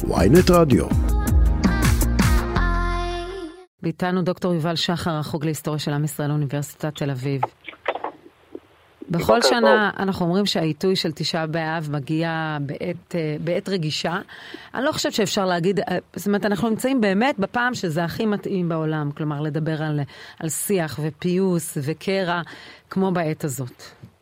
ynet רדיו. ביתנו דוקטור יובל שחר, החוג להיסטוריה של עם ישראל, אוניברסיטת תל אביב. בכל שנה אנחנו אומרים שהעיתוי של תשעה באב מגיע בעת רגישה. אני לא חושבת שאפשר להגיד, זאת אומרת, אנחנו נמצאים באמת בפעם שזה הכי מתאים בעולם, כלומר לדבר על שיח ופיוס וקרע, כמו בעת הזאת.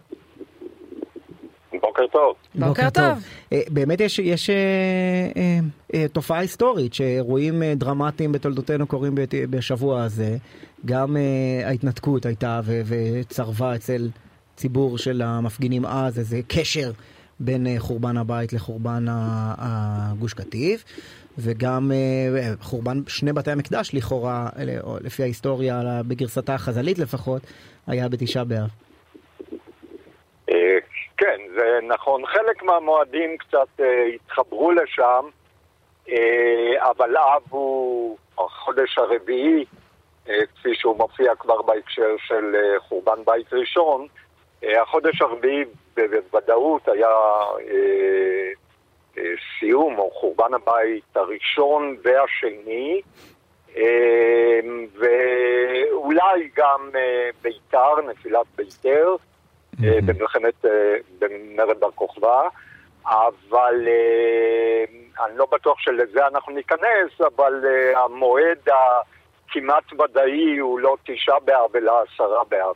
בוקר טוב. בוקר טוב. באמת יש תופעה היסטורית שאירועים דרמטיים בתולדותינו קורים בשבוע הזה. גם ההתנתקות הייתה וצרבה אצל ציבור של המפגינים אז איזה קשר בין חורבן הבית לחורבן הגוש קטיף, וגם חורבן שני בתי המקדש לכאורה, לפי ההיסטוריה בגרסתה החז"לית לפחות, היה בתשעה באב. כן, זה נכון. חלק מהמועדים קצת התחברו לשם, אבל אב הוא החודש הרביעי, כפי שהוא מופיע כבר בהקשר של חורבן בית ראשון. החודש הרביעי בוודאות היה סיום או חורבן הבית הראשון והשני, ואולי גם ביתר, נפילת ביתר, במרד בר כוכבא, אבל אני לא בטוח שלזה אנחנו ניכנס, אבל המועד הכמעט ודאי הוא לא תשעה באב אלא 10 באב.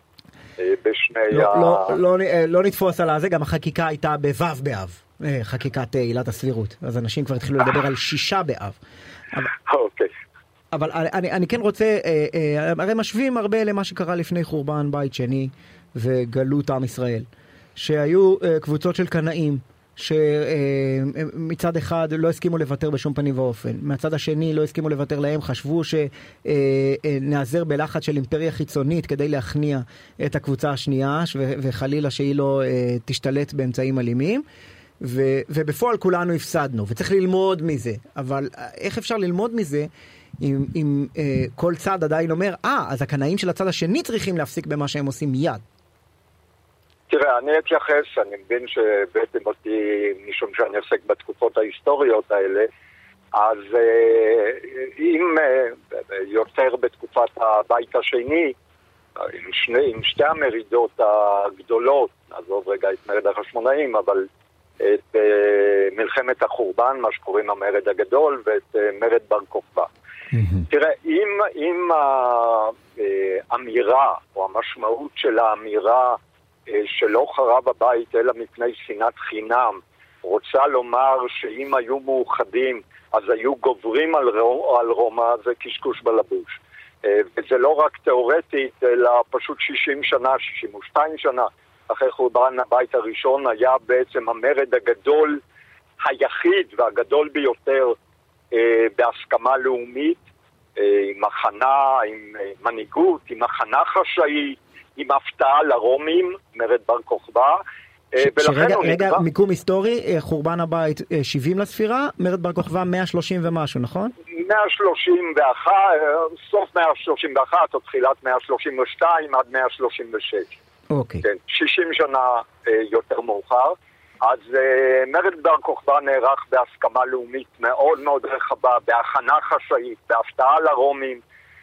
לא נתפוס על זה, גם החקיקה הייתה בו' באב, חקיקת עילת הסבירות, אז אנשים כבר התחילו לדבר על 6 באב. אוקיי. אבל אני כן רוצה, הרי משווים הרבה למה שקרה לפני חורבן בית שני וגלות עם ישראל, שהיו קבוצות של קנאים שמצד אחד לא הסכימו לוותר בשום פנים ואופן, מהצד השני לא הסכימו לוותר להם, חשבו שנעזר בלחץ של אימפריה חיצונית כדי להכניע את הקבוצה השנייה וחלילה שהיא לא תשתלט באמצעים אלימים, ובפועל כולנו הפסדנו וצריך ללמוד מזה. אבל איך אפשר ללמוד מזה אם כל צד עדיין אומר אז הקנאים של הצד השני צריכים להפסיק במה שהם עושים מיד? תראה, אני אתייחס, אני מבין שבעצם אותי, משום שאני עוסק בתקופות ההיסטוריות האלה, אז אם יותר בתקופת הבית השני, עם שתי המרידות הגדולות, נעזוב רגע את מרד החשמונאים, אבל את מלחמת החורבן, מה שקוראים המרד הגדול, ואת מרד בר כוכבא. תראה, אם האמירה, או המשמעות של האמירה, שלא חרב הבית אלא מפני שנאת חינם, רוצה לומר שאם היו מאוחדים אז היו גוברים על רומא, זה קשקוש בלבוש. וזה לא רק תיאורטית אלא פשוט 60 שנה, 62 שנה אחרי חורבן הבית הראשון היה בעצם המרד הגדול היחיד והגדול ביותר בהסכמה לאומית, עם הכנה, עם מנהיגות, עם הכנה חשאית, עם הפתעה לרומים, מרד בר כוכבא. רגע, מיקום היסטורי, חורבן הבית 70 לספירה, מרד בר כוכבא 130 ומשהו, נכון? 131, סוף 131 או תחילת 132 עד 136. אוקיי. כן, 60 שנה יותר מאוחר. אז מרד בר כוכבא נערך בהסכמה לאומית מאוד מאוד רחבה, בהכנה חשאית, בהפתעה לרומים,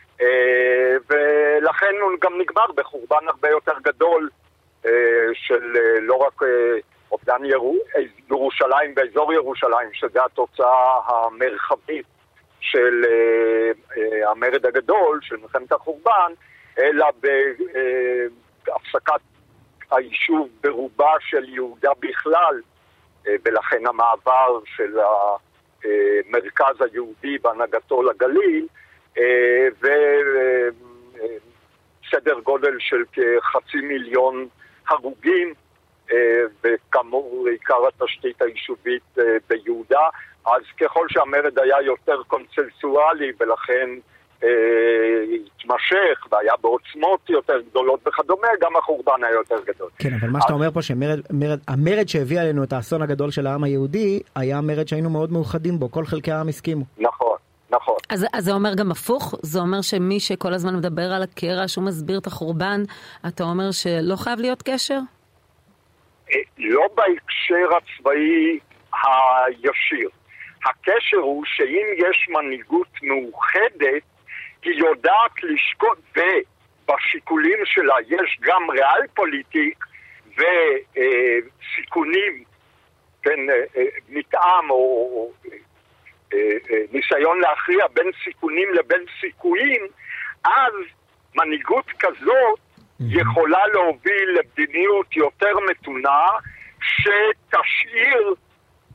ולכן הוא גם נגמר בחורבן הרבה יותר גדול של לא רק אובדן ירושלים באזור ירושלים, שזה התוצאה המרחבית של המרד הגדול, של מלחמת החורבן, אלא בהפסקת היישוב ברובה של יהודה בכלל, ולכן המעבר של המרכז היהודי בהנהגתו לגליל, וסדר גודל של כ500,000 הרוגים, וכאמור עיקר התשתית היישובית ביהודה. אז ככל שהמרד היה יותר קונסנזואלי ולכן התמשך והיה בעוצמות יותר גדולות וכדומה, גם החורבן היה יותר גדול. כן, אבל מה שאתה אומר פה שהמרד שהביא עלינו את האסון הגדול של העם היהודי היה מרד שהיינו מאוד מאוחדים בו, כל חלקי העם הסכימו. נכון. נכון. אז זה אומר גם הפוך? זה אומר שמי שכל הזמן מדבר על הקרע, שהוא מסביר את החורבן, אתה אומר שלא חייב להיות קשר? לא בהקשר הצבאי הישיר. הקשר הוא שאם יש מנהיגות מאוחדת, היא יודעת לשקוט, ובשיקולים שלה יש גם ריאל פוליטיק וסיכונים, כן, מתאם או ניסיון להכריע בין סיכונים לבין סיכויים, אז מנהיגות כזאת יכולה להוביל למדיניות יותר מתונה, שתשאיר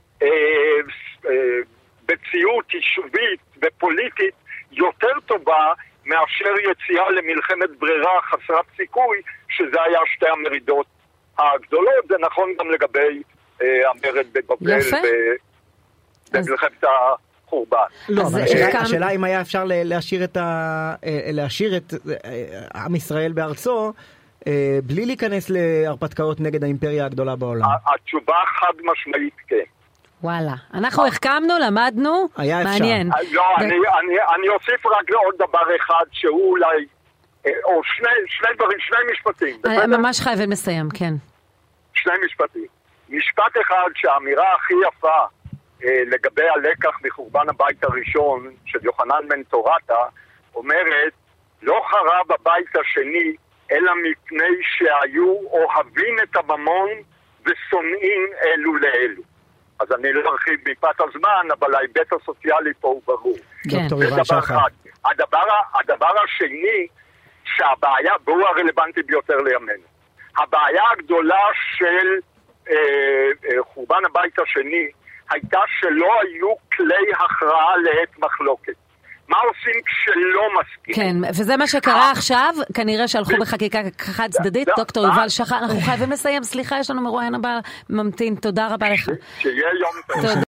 בציאות יישובית ופוליטית יותר טובה מאשר יציאה למלחמת ברירה חסרת סיכוי, שזה היה שתי המרידות הגדולות. זה נכון גם לגבי המרד בבבל במלחמת החורבן. לא, אבל השאלה אם היה אפשר להשאיר את עם ישראל בארצו בלי להיכנס להרפתקאות נגד האימפריה הגדולה בעולם. התשובה חד משמעית כן. וואלה, אנחנו החכמנו, למדנו, מעניין. לא, אני אוסיף רק עוד דבר אחד שהוא אולי, או שני דברים, שני משפטים. ממש חייבים לסיים, כן. שני משפטים. משפט אחד שהאמירה הכי יפה לגבי הלקח מחורבן הבית הראשון של יוחנן בן תורתה, אומרת, לא חרב הבית השני, אלא מפני שהיו אוהבים את הממון ושונאים אלו לאלו. אז אני לא ארחיב מפאת הזמן, אבל ההיבט הסוציאלי פה הוא ברור. כן. דוקטור יובל שחר. הדבר השני, שהבעיה, והוא הרלוונטי ביותר לימינו, הבעיה הגדולה של חורבן הבית השני, הייתה שלא היו כלי הכרעה לעת מחלוקת. מה עושים כשלא מסכים? כן, וזה מה שקרה עכשיו, כנראה שהלכו בחקיקה חד צדדית. דוקטור יובל שחר, אנחנו חייבים לסיים, סליחה, יש לנו מרואיין הבא ממתין, תודה רבה לך. שיהיה יום טוב.